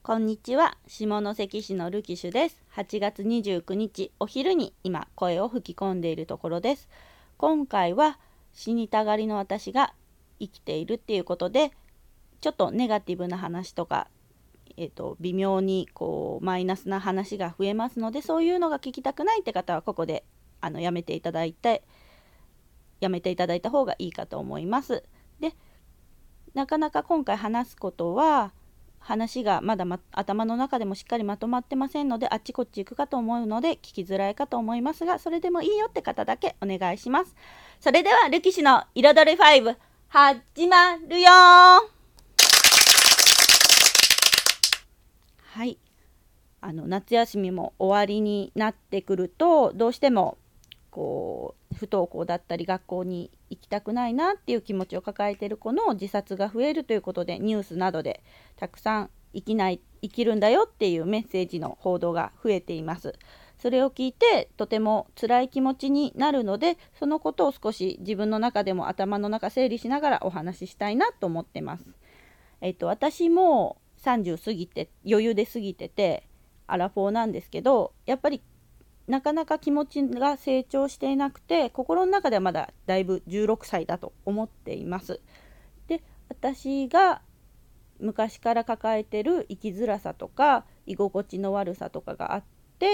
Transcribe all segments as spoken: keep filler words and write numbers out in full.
こんにちは、下関市のルキシュです。はちがつにじゅうくにちお昼に今声を吹き込んでいるところです。今回は死にたがりの私が生きているっていうことで、ちょっとネガティブな話とか、えーと、微妙にこうマイナスな話が増えますので、そういうのが聞きたくないって方はここであのやめていただいてやめていただいた方がいいかと思います。で、なかなか今回話すことは話がまだ、ま、頭の中でもしっかりまとまってませんので、あっちこっち行くかと思うので聞きづらいかと思いますが、それでもいいよって方だけお願いします。それではルキシの彩りファイブ始まるよ。はい、あの夏休みも終わりになってくると、どうしてもこう不登校だったり学校に行きたくないなっていう気持ちを抱えている子の自殺が増えるということで、ニュースなどでたくさん生きない生きるんだよっていうメッセージの報道が増えています。それを聞いてとても辛い気持ちになるので、そのことを少し自分の中でも頭の中整理しながらお話ししたいなと思ってます。えっと私もさんじゅう過ぎて余裕で過ぎててアラフォーなんですけど、やっぱりなかなか気持ちが成長していなくて、心の中ではまだだいぶじゅうろくさいだと思っています。で、私が昔から抱えてる生きづらさとか居心地の悪さとかがあって、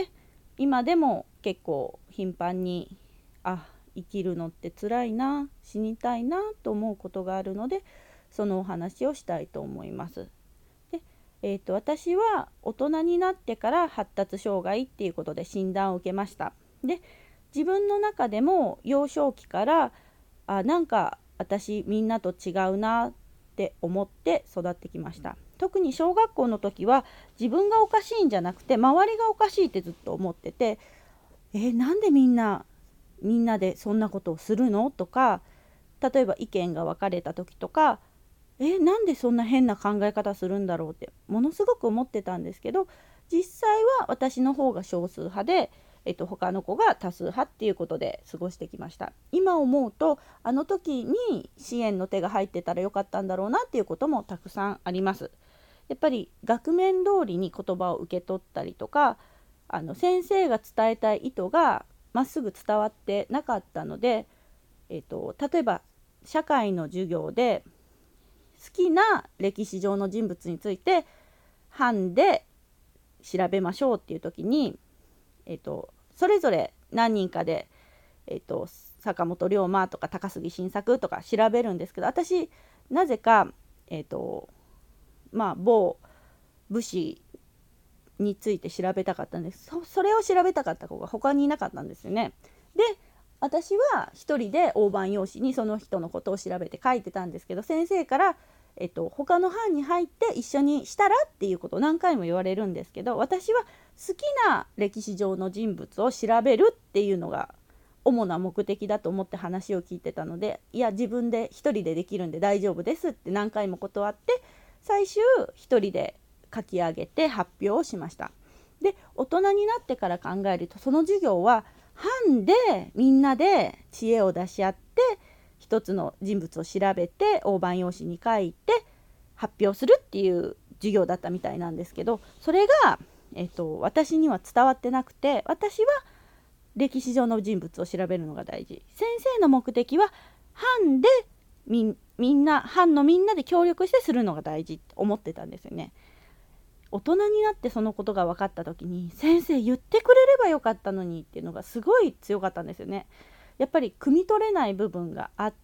今でも結構頻繁にあ生きるのって辛いな、死にたいなと思うことがあるので、そのお話をしたいと思います。えーと、私は大人になってから発達障害っていうことで診断を受けました。で、自分の中でも幼少期からあなんか私みんなと違うなって思って育ってきました。特に小学校の時は自分がおかしいんじゃなくて周りがおかしいってずっと思ってて、えー、なんでみんなみんなでそんなことをするのとか、例えば意見が分かれた時とか、えなんでそんな変な考え方するんだろうってものすごく思ってたんですけど、実際は私の方が少数派で、えっと、他の子が多数派っていうことで過ごしてきました。今思うとあの時に支援の手が入ってたらよかったんだろうなっていうこともたくさんあります。やっぱり額面通りに言葉を受け取ったりとか、あの先生が伝えたい意図がまっすぐ伝わってなかったので、えっと、例えば社会の授業で好きな歴史上の人物について班で調べましょうっていう時に、えっと、それぞれ何人かで、えっと、坂本龍馬とか高杉晋作とか調べるんですけど、私なぜか、えっとまあ、某武士について調べたかったんです。 そ, それを調べたかった子が他にいなかったんですよね。で、私は一人で大判用紙にその人のことを調べて書いてたんですけど、先生からえっと、他の班に入って一緒にしたらっていうことを何回も言われるんですけど、私は好きな歴史上の人物を調べるっていうのが主な目的だと思って話を聞いてたので、いや自分で一人でできるんで大丈夫ですって何回も断って、最終一人で書き上げて発表をしました。で、大人になってから考えると、その授業は班でみんなで知恵を出し合って一つの人物を調べて大判用紙に書いて発表するっていう授業だったみたいなんですけど、それが、えっと、私には伝わってなくて、私は歴史上の人物を調べるのが大事、先生の目的は班で み, みんな班のみんなで協力してするのが大事って思ってたんですよね。大人になってそのことが分かった時に、先生言ってくれればよかったのにっていうのがすごい強かったんですよね。やっぱり汲み取れない部分があって、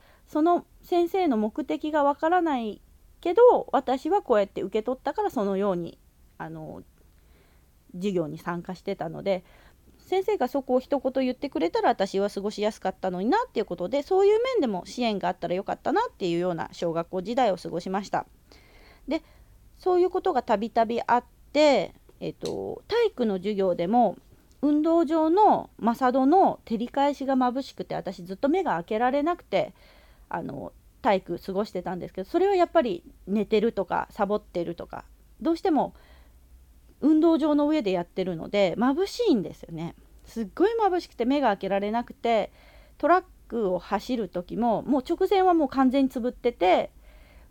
その先生の目的がわからないけど私はこうやって受け取ったからそのようにあの授業に参加してたので、先生がそこを一言言ってくれたら私は過ごしやすかったのになっていうことで、そういう面でも支援があったらよかったなっていうような小学校時代を過ごしました。で、そういうことがたびたびあって、えっと、体育の授業でも運動場のマサドの照り返しが眩しくて、私ずっと目が開けられなくてあの体育過ごしてたんですけど、それはやっぱり寝てるとかサボってるとか、どうしても運動場の上でやってるので眩しいんですよね。すっごい眩しくて目が開けられなくて、トラックを走る時ももう直前はもう完全につぶってて、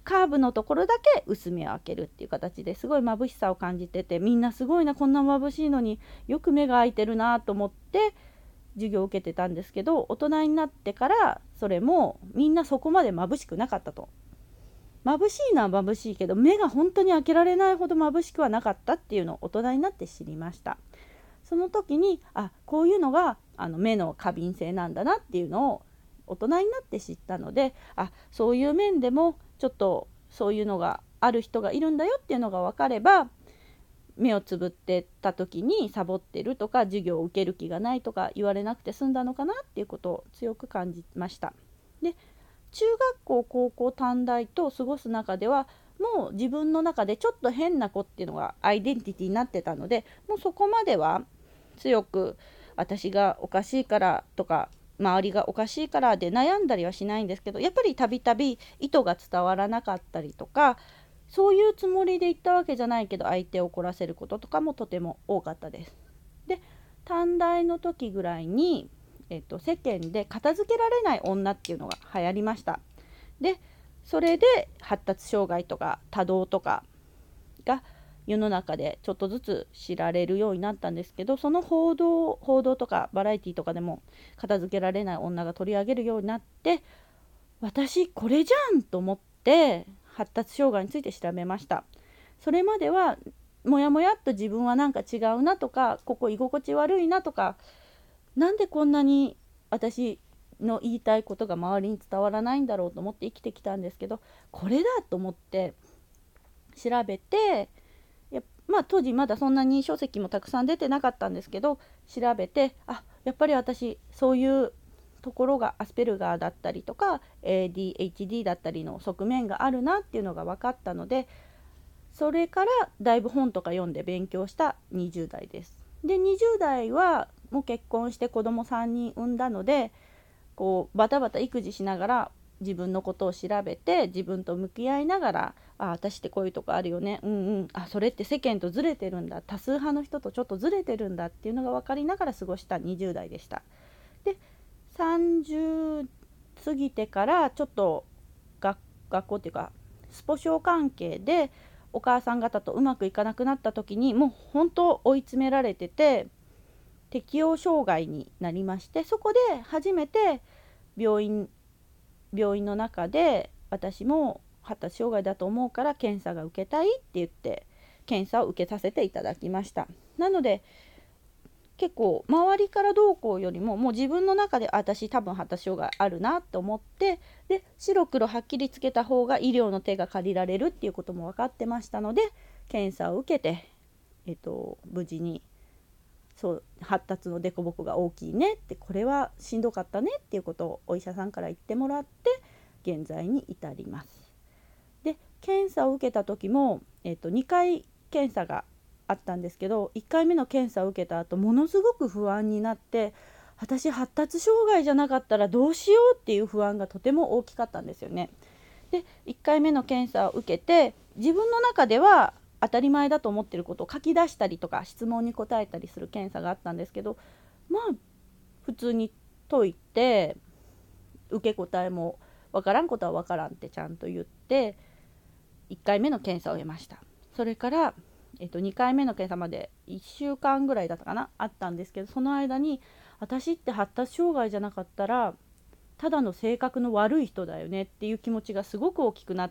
カーブのところだけ薄めを開けるっていう形ですごい眩しさを感じてて、みんなすごいな、こんな眩しいのによく目が開いてるなと思って授業を受けてたんですけど、大人になってからそれもみんなそこまで眩しくなかったと。眩しいのは眩しいけど目が本当に開けられないほど眩しくはなかったっていうのを大人になって知りました。その時にあこういうのがあの目の過敏性なんだなっていうのを大人になって知ったので、あそういう面でもちょっとそういうのがある人がいるんだよっていうのが分かれば、目をつぶってた時にサボってるとか授業を受ける気がないとか言われなくて済んだのかなっていうことを強く感じました。で中学校高校短大と過ごす中ではもう自分の中でちょっと変な子っていうのがアイデンティティになってたので、もうそこまでは強く私がおかしいからとか周りがおかしいからで悩んだりはしないんですけど、やっぱりたびたび意図が伝わらなかったりとか、そういうつもりで言ったわけじゃないけど相手を怒らせることとかもとても多かったです。で短大の時ぐらいに、えっと、世間で片付けられない女っていうのが流行りました。でそれで発達障害とか多動とかが世の中でちょっとずつ知られるようになったんですけど、その報道報道とかバラエティとかでも片付けられない女が取り上げるようになって、私これじゃんと思って発達障害について調べました。それまではもやもやっと自分はなんか違うなとか、ここ居心地悪いなとか、なんでこんなに私の言いたいことが周りに伝わらないんだろうと思って生きてきたんですけど、これだと思って調べて、やまあ当時まだそんなに書籍もたくさん出てなかったんですけど、調べてあやっぱり私そういうところがアスペルガーだったりとか エーディーエイチディー だったりの側面があるなっていうのが分かったので、それからだいぶ本とか読んで勉強したにじゅう代です。でにじゅう代はもう結婚して子供さんにん産んだので、こうバタバタ育児しながら自分のことを調べて自分と向き合いながら、あ私ってこういうとこあるよね、うんうんあそれって世間とずれてるんだ、多数派の人とちょっとずれてるんだっていうのが分かりながら過ごしたにじゅう代でした。でさんじゅう過ぎてからちょっと 学, 学校っていうかスポ少関係でお母さん方とうまくいかなくなった時にもう本当追い詰められてて、適応障害になりまして、そこで初めて病院病院の中で私も発達障害だと思うから検査が受けたいって言って検査を受けさせていただきました。なので結構周りからどうこうよりももう自分の中で私多分発達障害あるなと思って、で白黒はっきりつけた方が医療の手が借りられるっていうことも分かってましたので、検査を受けて、えっと、無事にそう発達の凸凹が大きいねって、これはしんどかったねっていうことをお医者さんから言ってもらって現在に至ります。で検査を受けた時も、えっと、にかい検査があったんですけど、いっかいめの検査を受けた後ものすごく不安になって、私発達障害じゃなかったらどうしようっていう不安がとても大きかったんですよね。でいっかいめの検査を受けて自分の中では当たり前だと思っていることを書き出したりとか質問に答えたりする検査があったんですけど、まあ普通に解いて受け答えも分からんことは分からんってちゃんと言っていっかいめの検査を終えました。それから、えっと、にかいめの検査までいっしゅうかんぐらいだったかなあったんですけど、その間に私って発達障害じゃなかったらただの性格の悪い人だよねっていう気持ちがすごく大きくなって、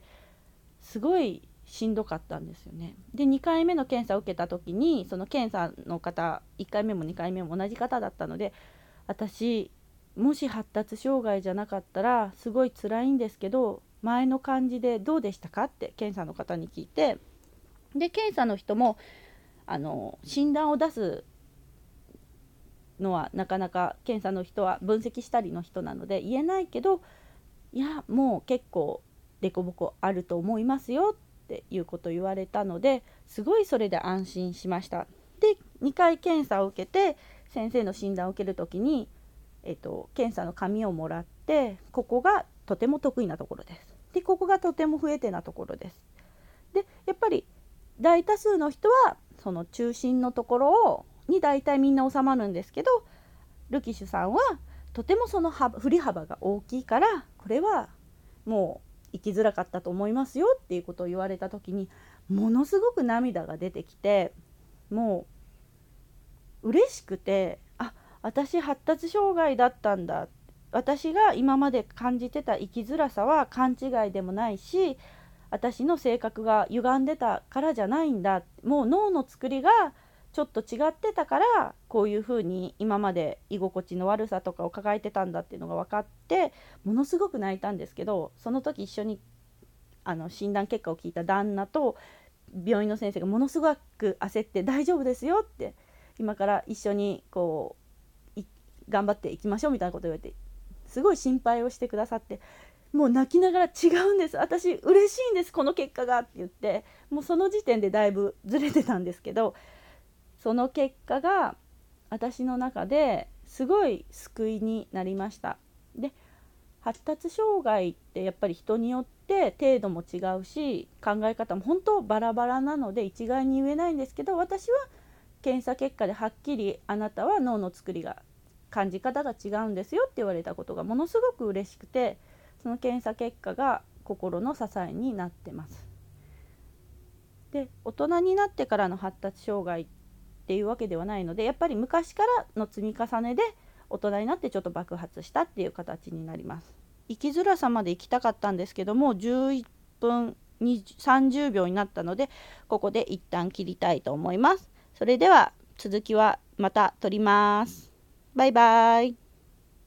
すごいしんどかったんですよね。でにかいめの検査を受けた時にその検査の方いっかいめもにかいめも同じ方だったので、私もし発達障害じゃなかったらすごい辛いんですけど前の感じでどうでしたかって検査の方に聞いて、で検査の人もあの診断を出すのはなかなか検査の人は分析したりの人なので言えないけど、いやもう結構凸凹あると思いますよっていうことを言われたので、すごいそれで安心しました。でにかい検査を受けて先生の診断を受けるときに、えっと、検査の紙をもらって、ここがとても得意なところです。でここがとても不得手なところです。でやっぱり大多数の人はその中心のところをに大体みんな収まるんですけど、ルキシュさんはとてもその振り幅が大きいから、これはも生きづらかったと思いますよっていうことを言われた時にものすごく涙が出てきて、もう嬉しくて、あ、私発達障害だったんだ、私が今まで感じてた生きづらさは勘違いでもないし、私の性格が歪んでたからじゃないんだ、もう脳の作りがちょっと違ってたからこういうふうに今まで居心地の悪さとかを抱えてたんだっていうのが分かって、ものすごく泣いたんですけど、その時一緒にあの診断結果を聞いた旦那と病院の先生がものすごく焦って、大丈夫ですよって、今から一緒にこう頑張っていきましょうみたいなことを言われて、すごい心配をしてくださって、もう泣きながら違うんです、私嬉しいんですこの結果がって言って、もうその時点でだいぶずれてたんですけど、その結果が私の中ですごい救いになりました。で、発達障害ってやっぱり人によって程度も違うし、考え方も本当バラバラなので一概に言えないんですけど、私は検査結果ではっきりあなたは脳の作りが感じ方が違うんですよって言われたことがものすごく嬉しくて、その検査結果が心の支えになってます。で、大人になってからの発達障害っていうわけではないので、やっぱり昔からの積み重ねで大人になってちょっと爆発したっていう形になります。生きづらさまで行きたかったんですけども、じゅういっぷんさんじゅうびょうになったので、ここで一旦切りたいと思います。それでは続きはまた撮ります。バイバイ。